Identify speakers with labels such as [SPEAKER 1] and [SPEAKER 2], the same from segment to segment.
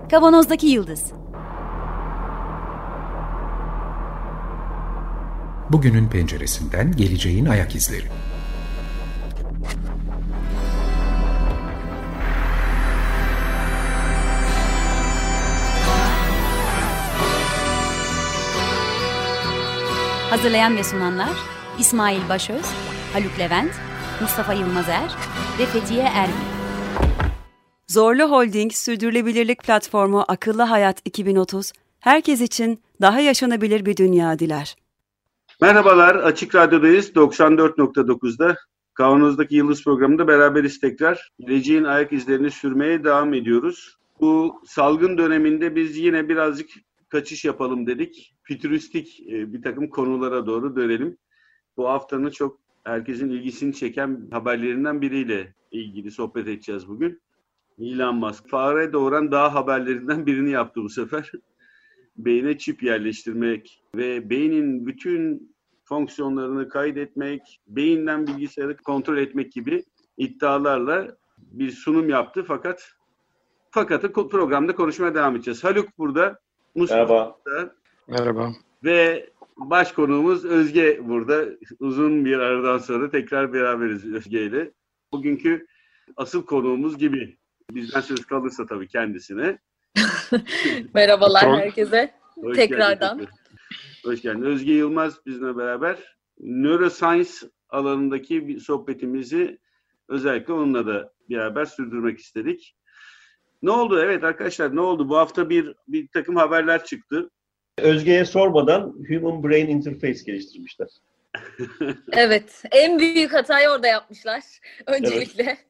[SPEAKER 1] Kavanozdaki Yıldız.
[SPEAKER 2] Bugünün penceresinden geleceğin ayak izleri.
[SPEAKER 1] Hazırlayan ve sunanlar İsmail Başöz, Haluk Levent, Mustafa Yılmazer ve Fethiye Erbil.
[SPEAKER 3] Zorlu Holding Sürdürülebilirlik Platformu Akıllı Hayat 2030, herkes için daha yaşanabilir bir dünya diler.
[SPEAKER 4] Merhabalar, Açık Radyo'dayız. 94.9'da Kavanoz'daki Yıldız programında beraberiz tekrar. Geleceğin ayak izlerini sürmeye devam ediyoruz. Bu salgın döneminde biz yine birazcık kaçış yapalım dedik. Fütüristik bir takım konulara doğru dönelim. Bu haftanın çok herkesin ilgisini çeken haberlerinden biriyle ilgili sohbet edeceğiz bugün. Elon Musk, fare doğuran dağ haberlerinden birini yaptı bu sefer. Beyne çip yerleştirmek ve beynin bütün fonksiyonlarını kaydetmek, beyinden bilgisayarı kontrol etmek gibi iddialarla bir sunum yaptı. Fakat programda konuşmaya devam edeceğiz. Haluk burada.
[SPEAKER 5] Merhaba.
[SPEAKER 4] Merhaba. Ve baş konuğumuz Özge burada. Uzun bir aradan sonra tekrar beraberiz Özge ile. Bugünkü asıl konuğumuz gibi. Bizden söz kalırsa tabii kendisine.
[SPEAKER 6] Merhabalar herkese.
[SPEAKER 4] Hoş
[SPEAKER 6] tekrardan.
[SPEAKER 4] Geldin. Hoş geldin. Özge Yılmaz bizimle beraber. Neuroscience alanındaki bir sohbetimizi özellikle onunla da beraber sürdürmek istedik. Ne oldu? Evet arkadaşlar, ne oldu? Bu hafta bir takım haberler çıktı.
[SPEAKER 5] Özge'ye sormadan Human Brain Interface geliştirmişler.
[SPEAKER 6] Evet. En büyük hatayı orada yapmışlar. Öncelikle. Evet.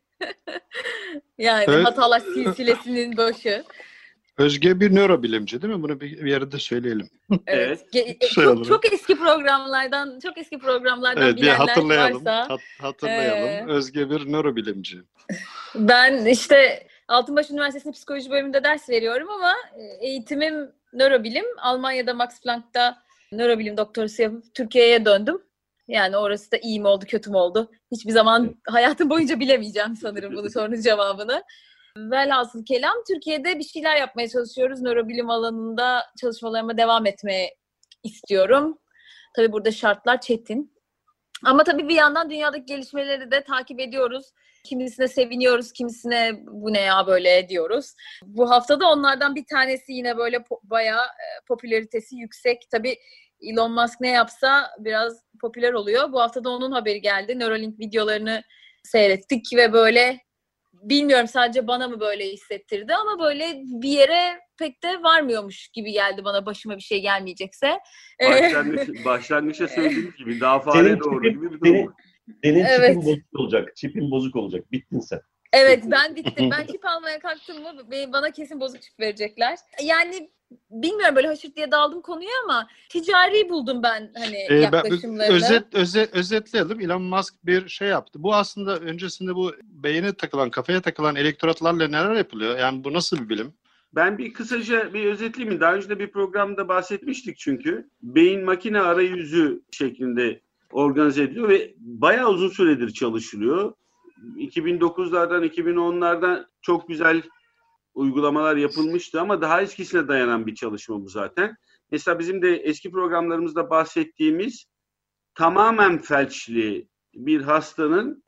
[SPEAKER 6] Yani evet. Hatalar silsilesinin başı.
[SPEAKER 7] Özge bir nörobilimci değil mi? Bunu bir yerde söyleyelim.
[SPEAKER 6] Evet. Çok eski programlardan
[SPEAKER 7] evet,
[SPEAKER 6] bilenler
[SPEAKER 7] hatırlayalım,
[SPEAKER 6] varsa.
[SPEAKER 7] Hatırlayalım. Özge bir nörobilimci.
[SPEAKER 6] Ben işte Altınbaş Üniversitesi'nin psikoloji bölümünde ders veriyorum ama eğitimim nörobilim. Almanya'da Max Planck'ta nörobilim doktorası yapıp Türkiye'ye döndüm. Yani orası da iyi mi oldu, kötü mü oldu? Hiçbir zaman hayatım boyunca bilemeyeceğim sanırım bunu sorunun cevabını. Velhasıl kelam Türkiye'de bir şeyler yapmaya çalışıyoruz. Nörobilim alanında çalışmalarıma devam etmeye istiyorum. Tabii burada şartlar çetin. Ama tabii bir yandan dünyadaki gelişmeleri de takip ediyoruz. Kimisine seviniyoruz, kimisine bu ne ya böyle diyoruz. Bu haftada onlardan bir tanesi yine böyle bayağı popülaritesi yüksek. Tabii Elon Musk ne yapsa biraz popüler oluyor. Bu hafta da onun haberi geldi. Neuralink videolarını seyrettik ve böyle bilmiyorum sadece bana mı böyle hissettirdi ama böyle bir yere pek de varmıyormuş gibi geldi bana, başıma bir şey gelmeyecekse.
[SPEAKER 4] Başlangıçta söylediğim gibi daha fare doğru gibi bir durum.
[SPEAKER 5] Senin evet. Çipin bozuk olacak. Çipin bozuk olacak. Bittin sen.
[SPEAKER 6] Evet ben bittim. Ben çip almaya kalktım mı bana kesin bozuk çip verecekler. Yani bilmiyorum böyle haşırt diye daldım konuya ama ticari buldum ben hani yaklaşımlarını.
[SPEAKER 7] Özetleyelim. Elon Musk bir şey yaptı. Bu aslında öncesinde bu beyine takılan, kafaya takılan elektrotlarla neler yapılıyor? Yani bu nasıl bir bilim?
[SPEAKER 4] Ben kısaca bir özetleyeyim mi? Daha önce de bir programda bahsetmiştik çünkü. Beyin makine arayüzü şeklinde organize ediliyor ve bayağı uzun süredir çalışılıyor. 2009'lardan, 2010'lardan çok güzel uygulamalar yapılmıştı ama daha eskisine dayanan bir çalışma bu zaten. Mesela bizim de eski programlarımızda bahsettiğimiz tamamen felçli bir hastanın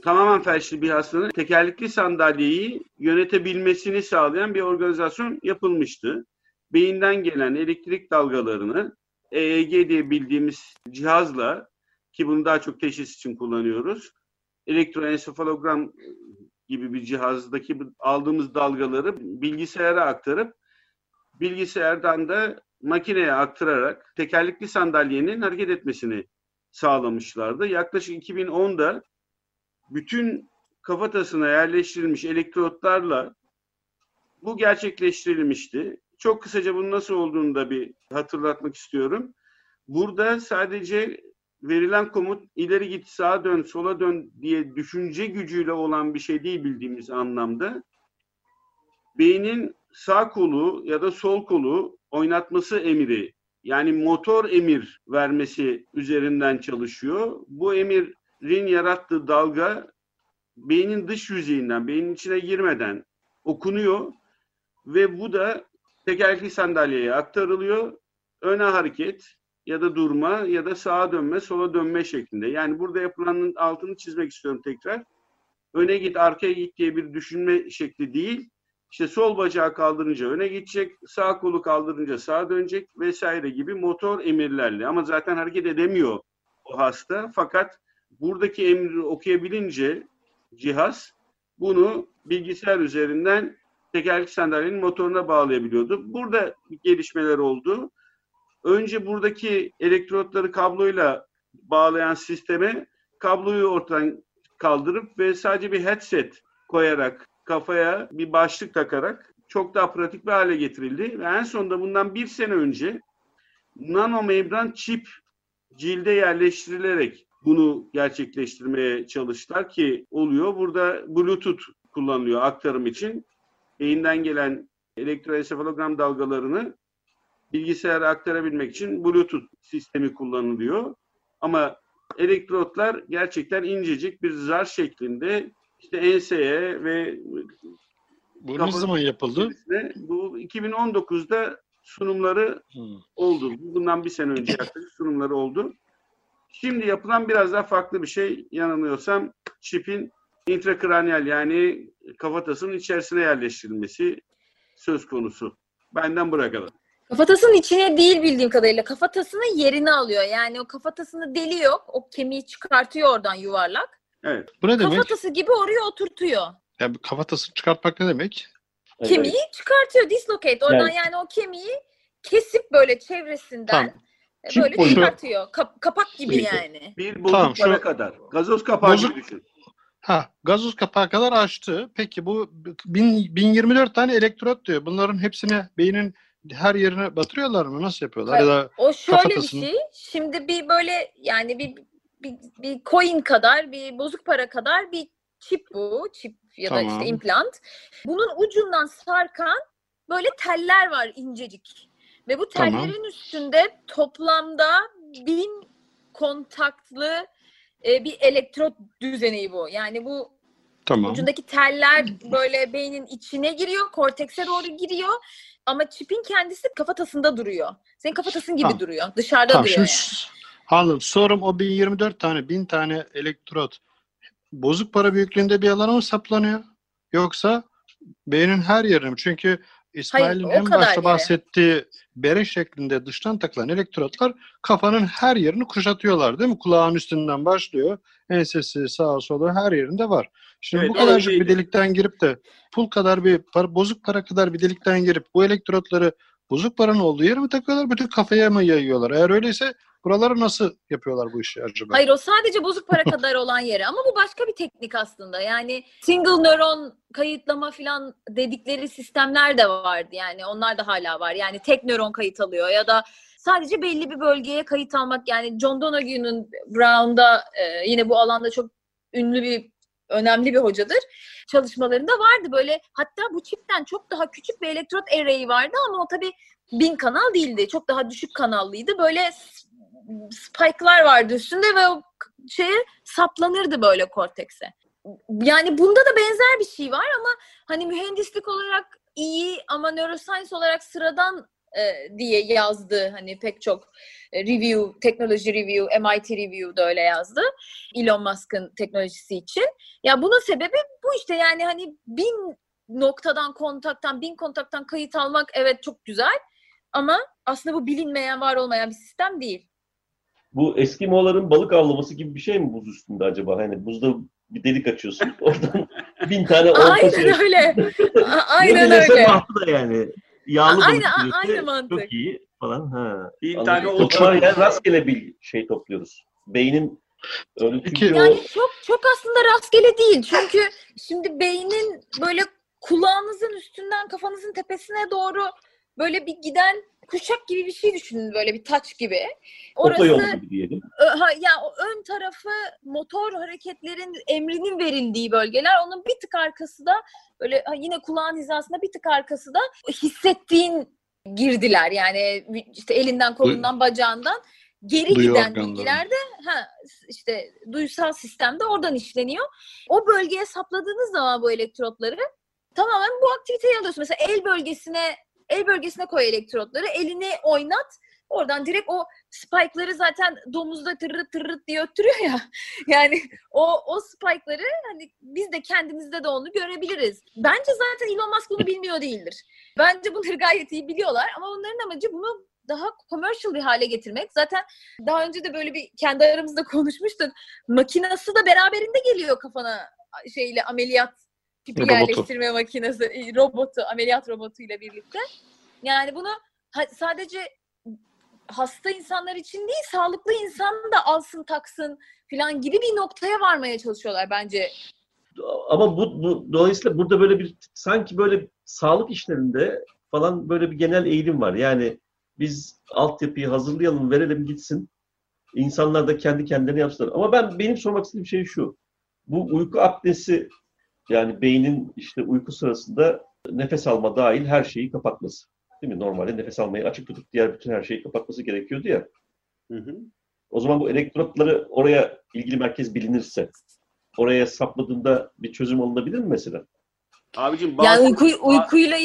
[SPEAKER 4] tekerlekli sandalyeyi yönetebilmesini sağlayan bir organizasyon yapılmıştı. Beyinden gelen elektrik dalgalarını EEG diye bildiğimiz cihazla, ki bunu daha çok teşhis için kullanıyoruz, elektroensefalogram gibi bir cihazdaki aldığımız dalgaları bilgisayara aktarıp bilgisayardan da makineye aktararak tekerlekli sandalyenin hareket etmesini sağlamışlardı. Yaklaşık 2010'da bütün kafatasına yerleştirilmiş elektrotlarla bu gerçekleştirilmişti. Çok kısaca bunun nasıl olduğunu da bir hatırlatmak istiyorum. Burada sadece verilen komut ileri git, sağa dön, sola dön diye düşünce gücüyle olan bir şey değil bildiğimiz anlamda. Beynin sağ kolu ya da sol kolu oynatması emiri, yani motor emir vermesi üzerinden çalışıyor. Bu emirin yarattığı dalga beynin dış yüzeyinden, beynin içine girmeden okunuyor ve bu da tekerlekli sandalyeye aktarılıyor. Öne hareket ya da durma ya da sağa dönme, sola dönme şeklinde. Yani burada yapılanın altını çizmek istiyorum tekrar. Öne git, arkaya git diye bir düşünme şekli değil. İşte sol bacağı kaldırınca öne gidecek, sağ kolu kaldırınca sağa dönecek vesaire gibi motor emirlerle. Ama zaten hareket edemiyor o hasta. Fakat buradaki emri okuyabilince cihaz bunu bilgisayar üzerinden tekerlekli sandalyenin motoruna bağlayabiliyordu. Burada gelişmeler oldu. Önce buradaki elektrotları kabloyla bağlayan sisteme kabloyu ortadan kaldırıp ve sadece bir headset koyarak, kafaya bir başlık takarak çok daha pratik bir hale getirildi. Ve en sonunda bundan 1 sene önce nanomembran çip cilde yerleştirilerek bunu gerçekleştirmeye çalıştılar ki oluyor. Burada Bluetooth kullanılıyor aktarım için. Beyinden gelen elektroensefalogram dalgalarını bilgisayara aktarabilmek için Bluetooth sistemi kullanılıyor. Ama elektrotlar gerçekten incecik bir zar şeklinde işte enseye ve
[SPEAKER 7] Bu ne zaman yapıldı?
[SPEAKER 4] Bu 2019'da sunumları oldu. Bundan 1 sene önce yaklaşık sunumları oldu. Şimdi yapılan biraz daha farklı bir şey. Yanılmıyorsam çipin intrakraniyal yani kafatasının içerisine yerleştirilmesi söz konusu. Benden bırakalım.
[SPEAKER 6] Kafatasının içine değil bildiğim kadarıyla. Kafatasının yerini alıyor. Yani o kafatasını deliyor. O kemiği çıkartıyor oradan yuvarlak.
[SPEAKER 4] Evet.
[SPEAKER 7] Bu ne demek?
[SPEAKER 6] Kafatası gibi oraya oturtuyor.
[SPEAKER 7] Yani kafatasını çıkartmak ne demek?
[SPEAKER 6] Kemiği çıkartıyor. Dislocate. Oradan yani o kemiği kesip böyle çevresinden böyle
[SPEAKER 5] boyu.
[SPEAKER 6] çıkartıyor. Kapak gibi
[SPEAKER 5] Sürekli.
[SPEAKER 6] yani.
[SPEAKER 4] Bir bozuk para kadar. Gazoz kapağı gibi düşün.
[SPEAKER 7] Gazoz kapağı kadar açtı. Peki bu 1024 tane elektrot diyor. Bunların hepsine beynin her yerine batırıyorlar mı? Nasıl yapıyorlar? Ya da
[SPEAKER 6] o şöyle
[SPEAKER 7] kafatasını...
[SPEAKER 6] bir şey. Şimdi bir böyle yani bir coin kadar, bir bozuk para kadar bir çip bu. Çip ya da işte implant. Bunun ucundan sarkan böyle teller var incecik. Ve bu tellerin üstünde toplamda 1000 kontaktlı bir elektrot düzeneği bu. Yani bu ucundaki teller böyle beynin içine giriyor, kortekse doğru giriyor. Ama çipin kendisi kafatasında duruyor. Senin kafatasın gibi duruyor. Dışarıda duruyor yani.
[SPEAKER 7] Anladım. Sorum o 1024 tane, 1000 tane elektrot bozuk para büyüklüğünde bir alana mı saplanıyor? Yoksa beynin her yerine mi? Çünkü İsmail'in en başta bahsettiği bere şeklinde dıştan takılan elektrotlar kafanın her yerini kuşatıyorlar değil mi? Kulağın üstünden başlıyor. Ensesi, sağa sola her yerinde var. Şimdi bu kadarcık bir delikten girip de pul kadar bir bozuk para kadar bir delikten girip bu elektrotları bozuk paranın olduğu yere mi takıyorlar? Bütün kafaya mı yayıyorlar? Eğer öyleyse buraları nasıl yapıyorlar bu işi acaba?
[SPEAKER 6] Hayır, o sadece bozuk para kadar olan yere. Ama bu başka bir teknik aslında. Yani single nöron kayıtlama falan dedikleri sistemler de vardı. Yani onlar da hala var. Yani tek nöron kayıt alıyor ya da sadece belli bir bölgeye kayıt almak. Yani John Donahue'nun Brown'da yine bu alanda çok önemli bir hocadır. Çalışmalarında vardı böyle. Hatta bu çipten çok daha küçük bir elektrot array'i vardı ama o tabii 1000 kanal değildi. Çok daha düşük kanallıydı. Böyle spike'lar vardı üstünde ve o şeye saplanırdı böyle kortekse. Yani bunda da benzer bir şey var ama hani mühendislik olarak iyi ama neuroscience olarak sıradan diye yazdı. Hani pek çok review, teknoloji review, MIT review da öyle yazdı. Elon Musk'ın teknolojisi için. Ya bunun sebebi bu işte, yani hani 1000 kontaktan kayıt almak evet çok güzel ama aslında bu bilinmeyen, var olmayan bir sistem değil.
[SPEAKER 5] Bu Eskimoların balık avlaması gibi bir şey mi buz üstünde acaba? Hani buzda bir delik açıyorsun. Oradan 1000 tane olta
[SPEAKER 6] Aynen öyle. Aynen öyle.
[SPEAKER 5] Da yani. Yağlı balık
[SPEAKER 6] aynı mantık.
[SPEAKER 5] Çok iyi falan. Ha.
[SPEAKER 4] 1000 tane olta.
[SPEAKER 5] Yani rastgele bir şey topluyoruz. Beynin öyle çünkü
[SPEAKER 6] yani çok aslında rastgele değil. Çünkü şimdi beynin böyle kulağınızın üstünden kafanızın tepesine doğru böyle bir giden kuşak gibi bir şey düşünün, böyle bir taç gibi. Orası
[SPEAKER 5] gibi diyelim.
[SPEAKER 6] Yani o ön tarafı motor hareketlerin emrinin verildiği bölgeler. Onun bir tık arkası da böyle yine kulağın hizasında bir tık arkası da hissettiğin girdiler. Yani işte elinden, kolundan, bacağından geri giden bilgiler de işte duysal sistemde oradan işleniyor. O bölgeye sapladığınız zaman bu elektrotları tamamen bu aktiviteyi alıyorsun. Mesela el bölgesine koy elektrotları, elini oynat. Oradan direkt o spike'ları zaten domuzda tırırıt tırırıt diye öttürüyor ya. Yani o spike'ları hani biz de kendimizde de onu görebiliriz. Bence zaten Elon Musk bunu bilmiyor değildir. Bence bunları gayet iyi biliyorlar ama onların amacı bunu daha commercial bir hale getirmek. Zaten daha önce de böyle bir kendi aramızda konuşmuştuk. Makinası da beraberinde geliyor kafana ameliyat tipi yerleştirme makinesi, ameliyat robotuyla birlikte. Yani bunu sadece hasta insanlar için değil, sağlıklı insan da alsın taksın falan gibi bir noktaya varmaya çalışıyorlar bence.
[SPEAKER 5] Ama dolayısıyla burada böyle bir sanki böyle sağlık işlerinde falan böyle bir genel eğilim var. Yani biz altyapıyı hazırlayalım, verelim gitsin. İnsanlar da kendi kendilerine yapsınlar. Ama benim sormak istediğim şey şu. Bu uyku apnesi, yani beynin işte uyku sırasında nefes alma dahil her şeyi kapatması. Değil mi? Normalde nefes almayı açık tutup diğer bütün her şeyi kapatması gerekiyordu ya.
[SPEAKER 4] Hı.
[SPEAKER 5] O zaman bu elektrotları oraya ilgili merkez bilinirse, oraya sapladığında bir çözüm alınabilir mi mesela?
[SPEAKER 4] Abicim
[SPEAKER 6] yani uykuyla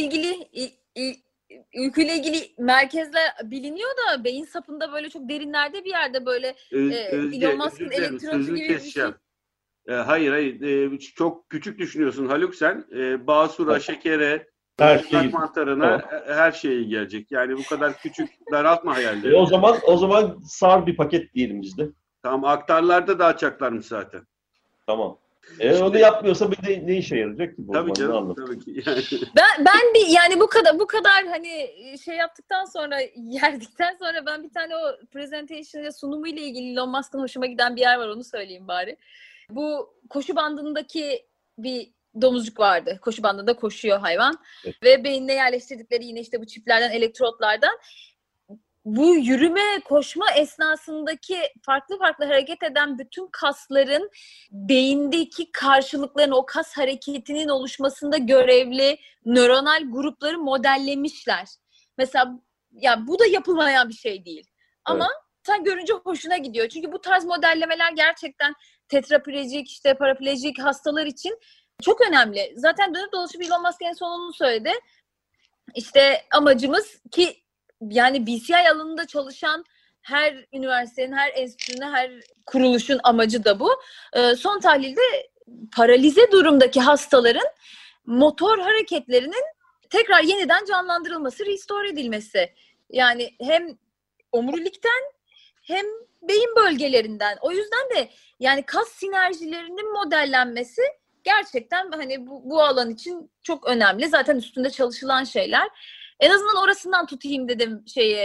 [SPEAKER 6] ilgili merkezler biliniyor da beyin sapında böyle çok derinlerde bir yerde böyle Elon Musk'ın elektrotu gibi bir şey.
[SPEAKER 4] Hayır. Çok küçük düşünüyorsun Haluk sen. Basura, şekere, mantarına her şeye gelecek. Yani bu kadar küçük daraltma hayalleri.
[SPEAKER 5] O zaman sar bir paket diyelim biz de.
[SPEAKER 4] Tamam, aktarlarda da açacaklarmış zaten.
[SPEAKER 5] Tamam. Onu yapmıyorsa ne işe yarayacak ki bu?
[SPEAKER 4] Tabii canım, tabii ki. Yani.
[SPEAKER 6] Ben bu kadar hani şey yaptıktan sonra, yerdikten sonra ben bir tane o presentation'da sunumuyla ilgili Elon Musk'ın hoşuma giden bir yer var, onu söyleyeyim bari. Bu koşu bandındaki bir domuzcuk vardı. Koşu bandında koşuyor hayvan. Evet. Ve beynine yerleştirdikleri yine işte bu çiplerden, elektrotlardan bu yürüme, koşma esnasındaki farklı hareket eden bütün kasların beyindeki karşılıklarını, o kas hareketinin oluşmasında görevli nöronal grupları modellemişler. Mesela ya bu da yapılmayan bir şey değil. Ama evet, sen görünce hoşuna gidiyor. Çünkü bu tarz modellemeler gerçekten tetraplejik, işte paraplejik hastalar için çok önemli. Zaten dönüp dolaşıp Elon Musk en son onu söyledi. İşte amacımız ki yani BCI alanında çalışan her üniversitenin, her enstitünün, her kuruluşun amacı da bu. Son tahlilde paralize durumdaki hastaların motor hareketlerinin tekrar yeniden canlandırılması, restore edilmesi. Yani hem omurilikten hem beyin bölgelerinden. O yüzden de yani kas sinerjilerinin modellenmesi gerçekten hani bu alan için çok önemli. Zaten üstünde çalışılan şeyler. En azından orasından tutayım dedim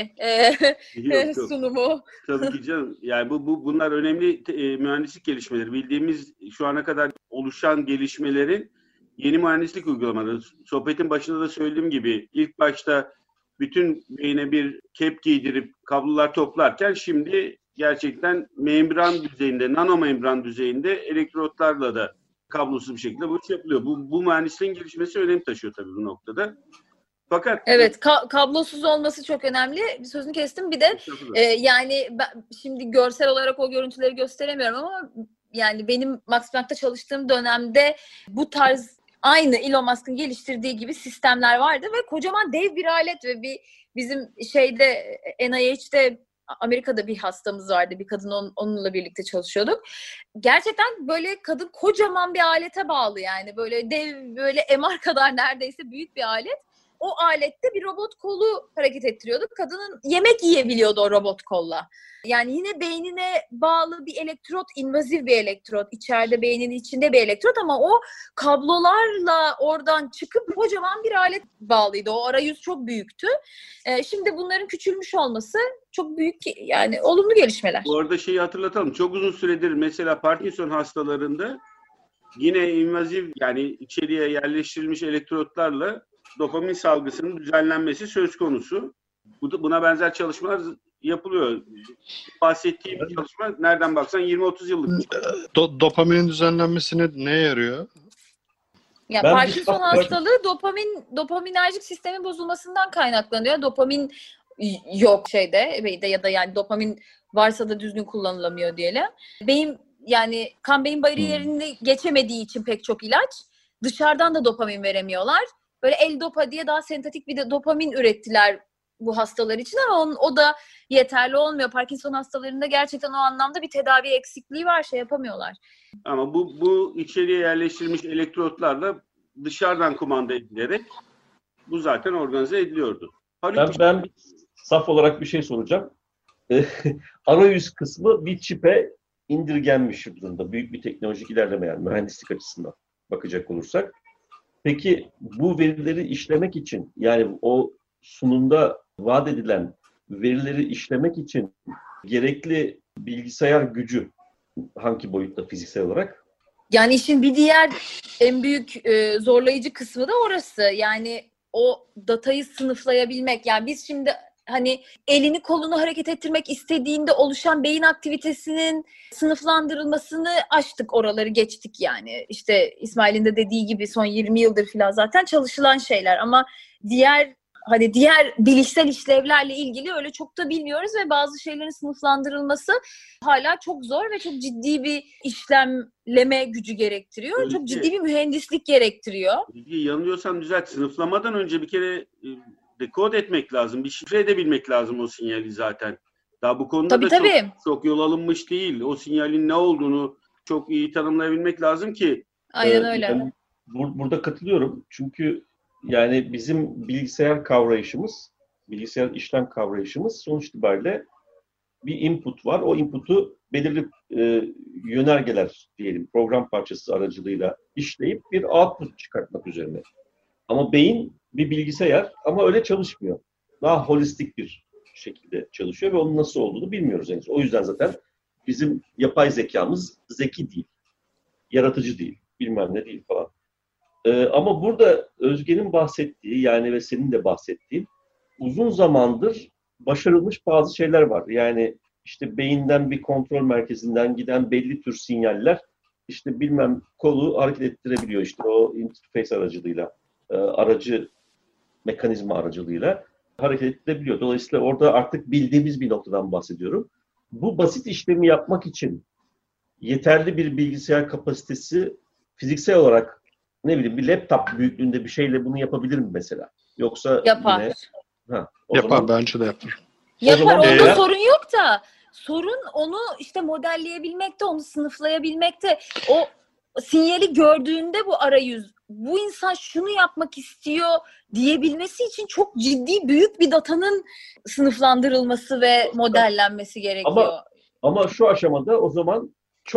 [SPEAKER 6] sunumu.
[SPEAKER 4] Tabii ki canım. Yani bunlar önemli mühendislik gelişmeleri. Bildiğimiz şu ana kadar oluşan gelişmelerin yeni mühendislik uygulamaları. Sohbetin başında da söylediğim gibi ilk başta bütün beyine bir kep giydirip kablolar toplarken şimdi gerçekten membran düzeyinde, nanomembran düzeyinde elektrotlarla da kablosuz bir şekilde bu iş yapılıyor. Bu mühendisliğin gelişmesi önem taşıyor tabii bu noktada. Fakat
[SPEAKER 6] evet, kablosuz olması çok önemli. Bir sözünü kestim. Bir de yani ben şimdi görsel olarak o görüntüleri gösteremiyorum ama yani benim Max Planck'ta çalıştığım dönemde bu tarz aynı Elon Musk'ın geliştirdiği gibi sistemler vardı ve kocaman dev bir alet ve bizim NIH'de Amerika'da bir hastamız vardı. Bir kadın onunla birlikte çalışıyorduk. Gerçekten böyle kadın kocaman bir alete bağlı yani. Böyle dev, böyle MR kadar neredeyse büyük bir alet. O alette bir robot kolu hareket ettiriyordu. Kadının yemek yiyebiliyordu o robot kolla. Yani yine beynine bağlı bir elektrot, invaziv bir elektrot. İçeride beynin içinde bir elektrot ama o kablolarla oradan çıkıp kocaman bir alet bağlıydı. O arayüz çok büyüktü. Şimdi bunların küçülmüş olması çok büyük, yani olumlu gelişmeler.
[SPEAKER 4] Bu arada şeyi hatırlatalım. Çok uzun süredir mesela Parkinson hastalarında yine invaziv, yani içeriye yerleştirilmiş elektrotlarla dopamin salgısının düzenlenmesi söz konusu. Buna benzer çalışmalar yapılıyor. Bahsettiğim çalışma nereden baksan 20-30 yıllık.
[SPEAKER 7] Dopaminin düzenlenmesine neye yarıyor?
[SPEAKER 6] Ya Parkinson hastalığı dopaminerjik sistemin bozulmasından kaynaklanıyor. Dopamin yok beyinde ya da yani dopamin varsa da düzgün kullanılamıyor diyelim. Kan beyin bariyerini geçemediği için pek çok ilaç dışarıdan da dopamin veremiyorlar. Böyle L-Dopa diye daha sentetik bir de dopamin ürettiler bu hastalar için ama o da yeterli olmuyor. Parkinson hastalarında gerçekten o anlamda bir tedavi eksikliği var, şey yapamıyorlar.
[SPEAKER 4] Ama bu içeriye yerleştirilmiş elektrotlarla dışarıdan kumanda edilerek bu zaten organize ediliyordu.
[SPEAKER 5] Ben saf olarak bir şey soracağım. Arayüz kısmı bir çipe indirgenmiş durumda. Büyük bir teknolojik ilerleme, yani mühendislik açısından bakacak olursak. Peki bu verileri işlemek için, yani o sunumda vaat edilen verileri işlemek için gerekli bilgisayar gücü hangi boyutta fiziksel olarak?
[SPEAKER 6] Yani işin bir diğer en büyük zorlayıcı kısmı da orası. Yani o datayı sınıflayabilmek. Yani biz şimdi hani elini kolunu hareket ettirmek istediğinde oluşan beyin aktivitesinin sınıflandırılmasını aştık, oraları geçtik yani. İşte İsmail'in de dediği gibi son 20 yıldır falan zaten çalışılan şeyler ama diğer bilişsel işlevlerle ilgili öyle çok da bilmiyoruz ve bazı şeylerin sınıflandırılması hala çok zor ve çok ciddi bir işlemleme gücü gerektiriyor. Çok ciddi bir mühendislik gerektiriyor.
[SPEAKER 4] Yanılıyorsam düzelt. Sınıflamadan önce bir kere dekod etmek lazım. Bir şifre edebilmek lazım o sinyali zaten. Daha bu konuda
[SPEAKER 6] tabii.
[SPEAKER 4] Çok yol alınmış değil. O sinyalin ne olduğunu çok iyi tanımlayabilmek lazım ki.
[SPEAKER 6] Aynen öyle.
[SPEAKER 5] Yani burada katılıyorum. Çünkü yani bizim bilgisayar işlem kavrayışımız sonuç itibariyle bir input var. O input'u belirli yönergeler diyelim, program parçası aracılığıyla işleyip bir output çıkartmak üzerine. Ama beyin bir bilgisayar ama öyle çalışmıyor. Daha holistik bir şekilde çalışıyor ve onun nasıl olduğunu bilmiyoruz henüz. O yüzden zaten bizim yapay zekamız zeki değil, yaratıcı değil, bilmem ne değil falan. Ama burada Özge'nin bahsettiği, yani ve senin de bahsettiğin uzun zamandır başarılmış bazı şeyler var. Yani işte beyinden bir kontrol merkezinden giden belli tür sinyaller, işte bilmem kolu hareket ettirebiliyor, işte o interface aracılığıyla, aracı mekanizma aracılığıyla hareket edilebiliyor. Dolayısıyla orada artık bildiğimiz bir noktadan bahsediyorum. Bu basit işlemi yapmak için yeterli bir bilgisayar kapasitesi fiziksel olarak, ne bileyim, bir laptop büyüklüğünde bir şeyle bunu yapabilir mi mesela? Yoksa
[SPEAKER 6] yapar.
[SPEAKER 5] Yine,
[SPEAKER 7] yapar, bence de yapar.
[SPEAKER 6] Yapar, onda sorun yok da sorun onu işte modelleyebilmekte, onu sınıflayabilmekte. O sinyali gördüğünde bu arayüz, bu insan şunu yapmak istiyor diyebilmesi için çok ciddi büyük bir datanın sınıflandırılması ve modellenmesi gerekiyor.
[SPEAKER 5] Ama şu aşamada o zaman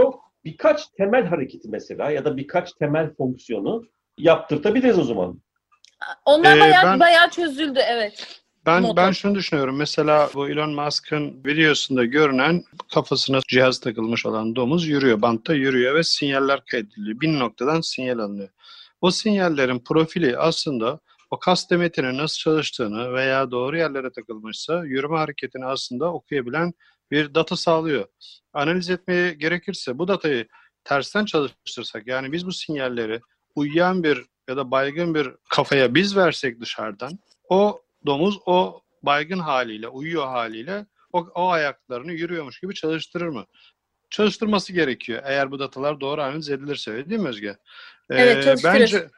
[SPEAKER 5] birkaç temel hareketi mesela ya da birkaç temel fonksiyonu yaptırtabiliriz o zaman.
[SPEAKER 6] Onlar bayağı çözüldü, evet.
[SPEAKER 7] Ben şunu düşünüyorum. Mesela bu Elon Musk'ın videosunda görünen kafasına cihaz takılmış olan domuz yürüyor. Bantta yürüyor ve sinyaller kaydediliyor. Bir noktadan sinyal alınıyor. O sinyallerin profili aslında o kas demetinin nasıl çalıştığını veya doğru yerlere takılmışsa yürüme hareketini aslında okuyabilen bir data sağlıyor. Analiz etmeye gerekirse bu datayı tersten çalıştırsak, yani biz bu sinyalleri uyuyan bir ya da baygın bir kafaya biz versek dışarıdan, o domuz o baygın haliyle, uyuyor haliyle o ayaklarını yürüyormuş gibi çalıştırır mı? Çalıştırması gerekiyor eğer bu datalar doğru analiz edilirse, öyle değil mi Özge?
[SPEAKER 6] Evet, çalıştırır.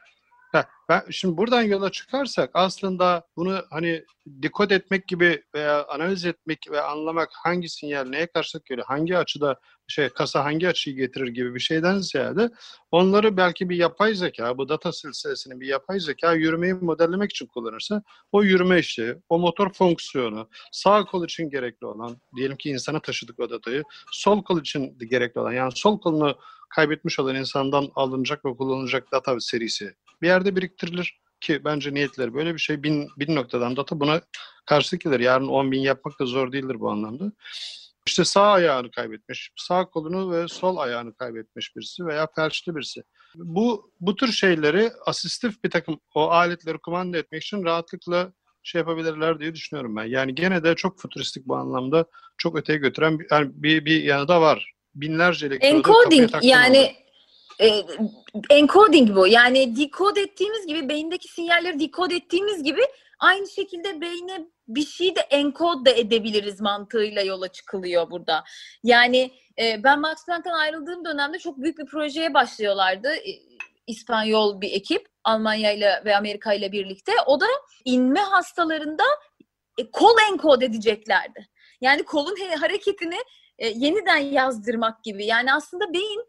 [SPEAKER 7] Şimdi buradan yola çıkarsak aslında bunu hani dekod etmek gibi veya analiz etmek ve anlamak hangi sinyal neye karşılık geliyor, hangi açıda kasa hangi açıyı getirir gibi bir şeyden ziyade onları belki bir yapay zeka, bu data silsilesini bir yapay zeka yürümeyi modellemek için kullanırsa o yürüme işi, o motor fonksiyonu, sağ kol için gerekli olan, diyelim ki insana taşıdık o datayı, sol kol için gerekli olan, yani sol kolunu kaybetmiş olan insandan alınacak ve kullanılacak data serisi bir yerde biriktirilir ki bence niyetleri böyle bir şey. Bin noktadan data buna karşılık gelir. Yarın 10.000 yapmak da zor değildir bu anlamda. İşte sağ ayağını kaybetmiş, sağ kolunu ve sol ayağını kaybetmiş birisi veya felçli birisi. Bu tür şeyleri asistif bir takım o aletleri kumanda etmek için rahatlıkla yapabilirler diye düşünüyorum ben. Yani gene de çok fütüristik bu anlamda, çok öteye götüren bir yanı da var. Binlerce elektrodu kafaya taktım.
[SPEAKER 6] Yani encoding bu. Yani decode ettiğimiz gibi, beyindeki sinyalleri decode ettiğimiz gibi aynı şekilde beyne bir şeyi de encode da edebiliriz mantığıyla yola çıkılıyor burada. Yani ben Max Planck'tan ayrıldığım dönemde çok büyük bir projeye başlıyorlardı. İspanyol bir ekip Almanya ile ve Amerika ile birlikte. O da inme hastalarında kol enkod edeceklerdi. Yani kolun hareketini yeniden yazdırmak gibi. Yani aslında beyin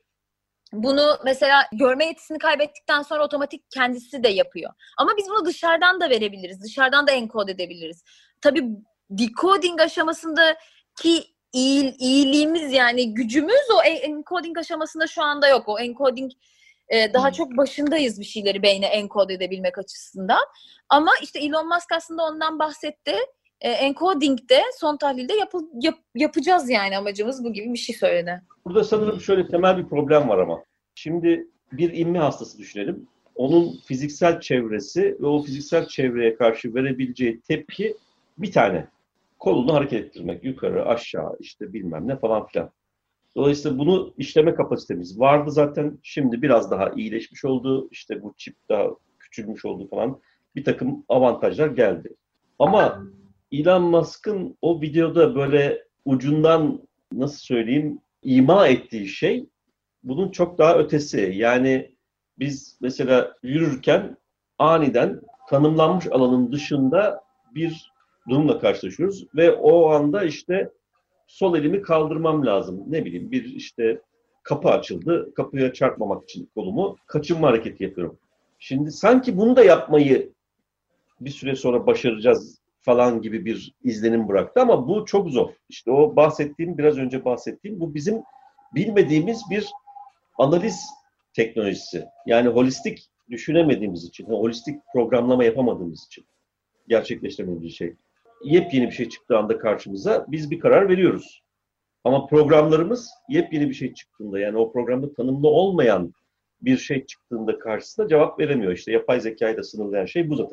[SPEAKER 6] bunu mesela görme yetisini kaybettikten sonra otomatik kendisi de yapıyor. Ama biz bunu dışarıdan da verebiliriz. Dışarıdan da enkod edebiliriz. Tabii decoding aşamasındaki iyiliğimiz, yani gücümüz o encoding aşamasında şu anda yok. O encoding daha çok başındayız bir şeyleri beyne enkod edebilmek açısından. Ama işte Elon Musk aslında ondan bahsetti. Encoding'de son tahlilde yapacağız, yani amacımız bu gibi bir şey söyledi.
[SPEAKER 5] Burada sanırım şöyle temel bir problem var ama. Şimdi bir inme hastası düşünelim. Onun fiziksel çevresi ve o fiziksel çevreye karşı verebileceği tepki bir tane. Kolunu hareket ettirmek, yukarı, aşağı, işte bilmem ne falan filan. Dolayısıyla bunu işleme kapasitemiz vardı zaten. Şimdi biraz daha iyileşmiş oldu. İşte bu çip daha küçülmüş oldu falan. Bir takım avantajlar geldi. Ama Elon Musk'ın o videoda böyle ucundan, nasıl söyleyeyim, ima ettiği şey bunun çok daha ötesi. Yani biz mesela yürürken aniden tanımlanmış alanın dışında bir durumla karşılaşıyoruz ve o anda işte sol elimi kaldırmam lazım. Ne bileyim, bir işte kapı açıldı. Kapıya çarpmamak için kolumu kaçınma hareketi yapıyorum. Şimdi sanki bunu da yapmayı bir süre sonra başaracağız falan gibi bir izlenim bıraktı ama bu çok zor. İşte o biraz önce bahsettiğim bu bizim bilmediğimiz bir analiz teknolojisi. Yani holistik düşünemediğimiz için, holistik programlama yapamadığımız için gerçekleştiremediğimiz şey. Yepyeni bir şey çıktığı anda karşımıza biz bir karar veriyoruz. Ama programlarımız yepyeni bir şey çıktığında, yani o programda tanımlı olmayan bir şey çıktığında karşısına cevap veremiyor. İşte yapay zekayı da sınırlayan şey bu zaten.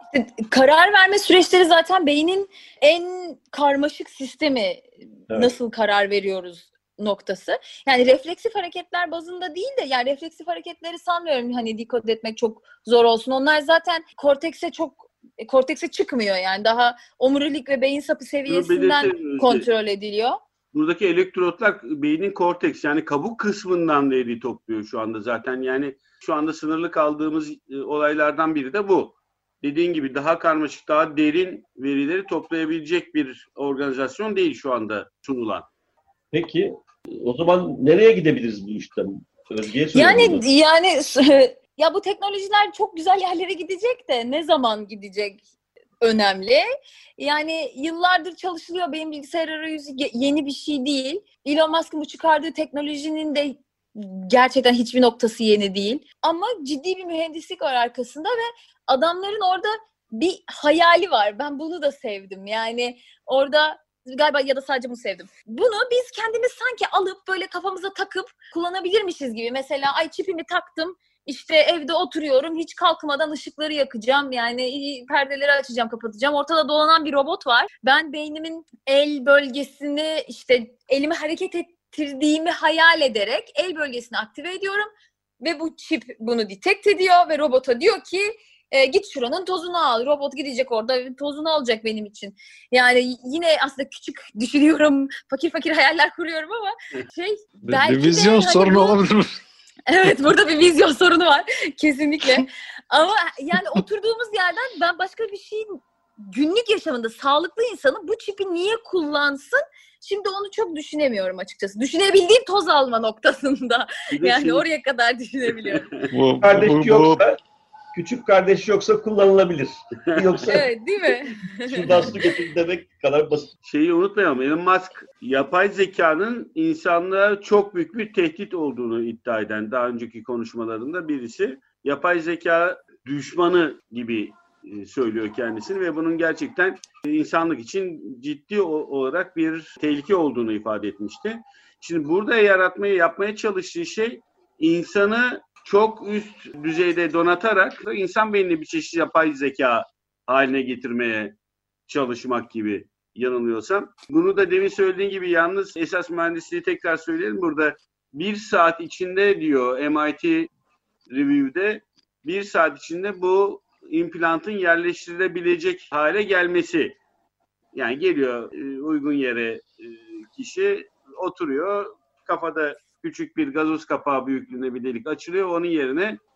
[SPEAKER 6] Karar verme süreçleri zaten beynin en karmaşık sistemi. Evet. Nasıl karar veriyoruz noktası. Yani refleksif hareketler bazında değil de, yani refleksif hareketleri sanmıyorum hani dekod etmek çok zor olsun. Onlar zaten kortekse çıkmıyor, yani daha omurilik ve beyin sapı seviyesinden kontrol ediliyor.
[SPEAKER 4] Buradaki elektrotlar beynin korteks, yani kabuk kısmından veri topluyor şu anda zaten. Yani şu anda sınırlı kaldığımız olaylardan biri de bu. Dediğin gibi daha karmaşık, daha derin verileri toplayabilecek bir organizasyon değil şu anda sunulan.
[SPEAKER 5] Peki o zaman nereye gidebiliriz bu işten? Özge'ye söyleyeyim.
[SPEAKER 6] Yani ya bu teknolojiler çok güzel yerlere gidecek de ne zaman gidecek önemli. Yani yıllardır çalışılıyor. Benim bilgisayar arayüzü yeni bir şey değil. Elon Musk'ın bu çıkardığı teknolojinin de gerçekten hiçbir noktası yeni değil. Ama ciddi bir mühendislik var arkasında ve adamların orada bir hayali var. Ben bunu da sevdim. Yani orada galiba, ya da sadece bunu sevdim. Bunu biz kendimiz sanki alıp böyle kafamıza takıp kullanabilirmişiz gibi. Mesela çipimi taktım, işte evde oturuyorum, hiç kalkmadan ışıkları yakacağım, yani perdeleri açacağım, kapatacağım. Ortada dolanan bir robot var. Ben beynimin el bölgesini, işte elimi hareket ettirdiğimi hayal ederek el bölgesini aktive ediyorum ve bu çip bunu detect ediyor ve robota diyor ki git şuranın tozunu al. Robot gidecek, orada tozunu alacak benim için. Yani yine aslında küçük düşünüyorum, fakir hayaller kuruyorum ama belki
[SPEAKER 7] bir vizyon sorunu olabilir.
[SPEAKER 6] Evet, burada bir vizyon sorunu var kesinlikle. Ama yani oturduğumuz yerden ben başka bir şeyin günlük yaşamında sağlıklı insanın bu çipi niye kullansın? Şimdi onu çok düşünemiyorum açıkçası. Düşünebildiğim toz alma noktasında. Yani oraya kadar düşünebiliyorum.
[SPEAKER 5] Küçük kardeş yoksa kullanılabilir. Yoksa
[SPEAKER 6] evet, değil mi?
[SPEAKER 5] şuradan su getir demek kadar basit.
[SPEAKER 4] Şeyi unutmayalım. Elon Musk yapay zekanın insanlığa çok büyük bir tehdit olduğunu iddia eden daha önceki konuşmalarında birisi. Yapay zeka düşmanı gibi söylüyor kendisini ve bunun gerçekten insanlık için ciddi olarak bir tehlike olduğunu ifade etmişti. Şimdi burada yapmaya çalıştığı şey insanı çok üst düzeyde donatarak insan beynini bir çeşit yapay zeka haline getirmeye çalışmak gibi, yanılmıyorsam. Bunu da demin söylediğin gibi, yalnız esas mühendisliği tekrar söyleyelim. Burada 1 saat içinde diyor MIT Review'de, 1 saat içinde bu implantın yerleştirilebilecek hale gelmesi. Yani geliyor uygun yere kişi, oturuyor, kafada küçük bir gazoz kapağı büyüklüğünde bir delik açılıyor. Onun yerine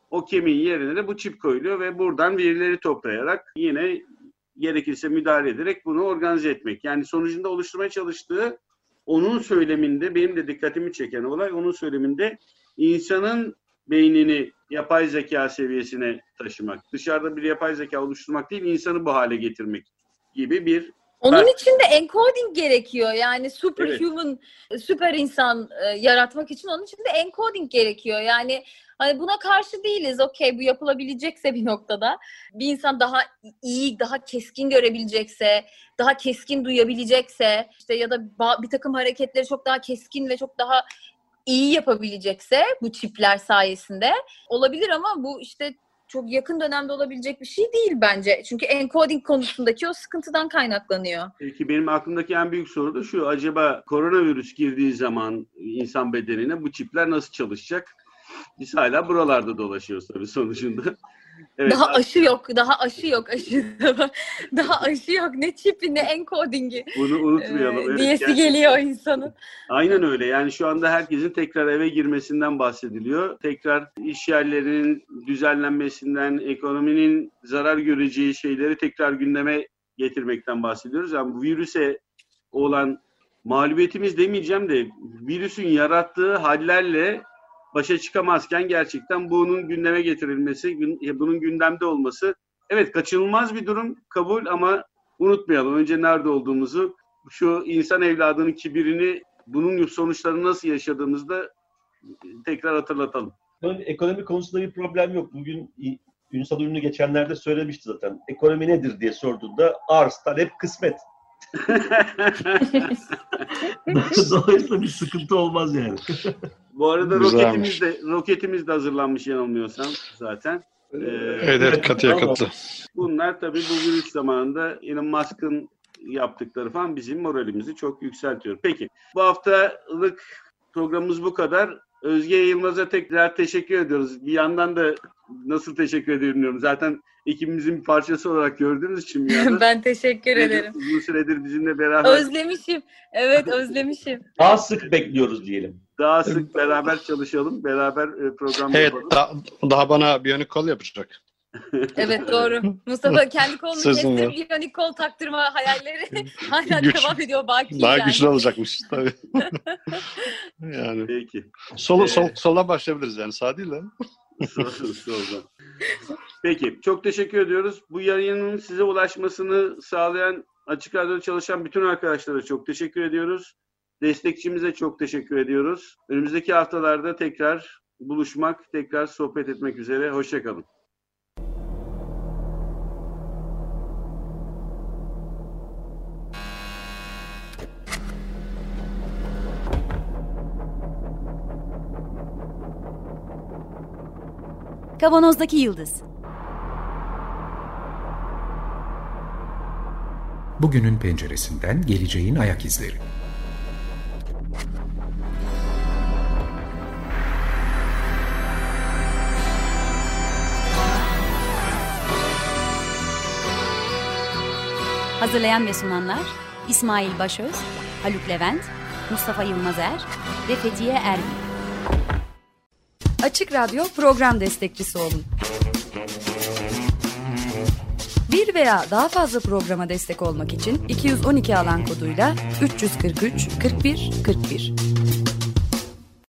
[SPEAKER 4] o kemiğin yerine de bu çip koyuluyor ve buradan verileri toplayarak yine gerekirse müdahale ederek bunu organize etmek. Yani sonucunda oluşturmaya çalıştığı onun söyleminde, benim de dikkatimi çeken olay onun söyleminde insanın beynini yapay zeka seviyesine taşımak. Dışarıda bir yapay zeka oluşturmak değil, insanı bu hale getirmek gibi bir...
[SPEAKER 6] Onun için de encoding gerekiyor. Yani superhuman, süper insan yaratmak için onun için de encoding gerekiyor. Yani hani buna karşı değiliz. Okey, bu yapılabilecekse bir noktada. Bir insan daha iyi, daha keskin görebilecekse, daha keskin duyabilecekse, işte ya da bir takım hareketleri çok daha keskin ve çok daha iyi yapabilecekse bu çipler sayesinde olabilir ama bu işte çok yakın dönemde olabilecek bir şey değil bence. Çünkü encoding konusundaki o sıkıntıdan kaynaklanıyor.
[SPEAKER 4] Peki benim aklımdaki en büyük soru da şu. Acaba koronavirüs girdiği zaman insan bedenine bu çipler nasıl çalışacak? Biz hala buralarda dolaşıyoruz tabii sonucunda. Evet,
[SPEAKER 6] daha aşı yok. Daha aşı yok. Ne çipi ne encodingi.
[SPEAKER 4] Bunu unutmayalım.
[SPEAKER 6] Diyesi geliyor insanın.
[SPEAKER 4] Aynen öyle. Yani şu anda herkesin tekrar eve girmesinden bahsediliyor. Tekrar iş yerlerinin düzenlenmesinden, ekonominin zarar göreceği şeyleri tekrar gündeme getirmekten bahsediyoruz. Yani bu virüse olan mağlubiyetimiz demeyeceğim de virüsün yarattığı hallerle başa çıkamazken gerçekten bunun gündeme getirilmesi, bunun gündemde olması evet kaçınılmaz bir durum, kabul, ama unutmayalım önce nerede olduğumuzu, şu insan evladının kibirini, bunun sonuçlarını nasıl yaşadığımızı da tekrar hatırlatalım.
[SPEAKER 5] Ekonomi konusunda bir problem yok. Bugün Ünsal Ünlü geçenlerde söylemişti zaten. Ekonomi nedir diye sorduğunda arz, talep, kısmet. Dolayısıyla bir sıkıntı olmaz yani.
[SPEAKER 4] Bu arada roketimiz de hazırlanmış yanılmıyorsam zaten.
[SPEAKER 7] Evet, katı.
[SPEAKER 4] Bunlar tabii bu virüs zamanında Elon Musk'ın yaptıkları falan bizim moralimizi çok yükseltiyor. Peki bu haftalık programımız bu kadar. Özge Yılmaz'a tekrar teşekkür ediyoruz. Bir yandan da nasıl teşekkür ediyorum. Zaten ekibimizin bir parçası olarak gördüğünüz için.
[SPEAKER 6] Ben teşekkür ederim.
[SPEAKER 4] Uzun süredir bizimle beraber.
[SPEAKER 6] Özlemişim. Evet, özlemişim.
[SPEAKER 5] Daha sık bekliyoruz diyelim.
[SPEAKER 4] Daha sık beraber çalışalım. Beraber program yapalım.
[SPEAKER 7] Evet, daha bana biyonik kol yapacak.
[SPEAKER 6] Evet, doğru. Mustafa kendi kolunu kestirip biyonik kol taktırma hayalleri hala devam ediyor.
[SPEAKER 7] Daha güçlü olacakmış tabii. Yani.
[SPEAKER 4] Peki.
[SPEAKER 7] Sola başlayabiliriz yani, sağ değil de.
[SPEAKER 4] Soldan. Peki, çok teşekkür ediyoruz. Bu yayının size ulaşmasını sağlayan, Açık Radyo'da çalışan bütün arkadaşlara çok teşekkür ediyoruz. Destekçimize çok teşekkür ediyoruz. Önümüzdeki haftalarda tekrar buluşmak, tekrar sohbet etmek üzere. Hoşça kalın.
[SPEAKER 1] Kavanozdaki Yıldız.
[SPEAKER 2] Bugünün penceresinden geleceğin ayak izleri.
[SPEAKER 1] Hazırlayan ve sunanlar İsmail Başöz, Haluk Levent, Mustafa Yılmazer ve Fethiye Erbil.
[SPEAKER 3] Açık Radyo program destekçisi olun. Bir veya daha fazla programa destek olmak için 212 alan koduyla 343 41 41.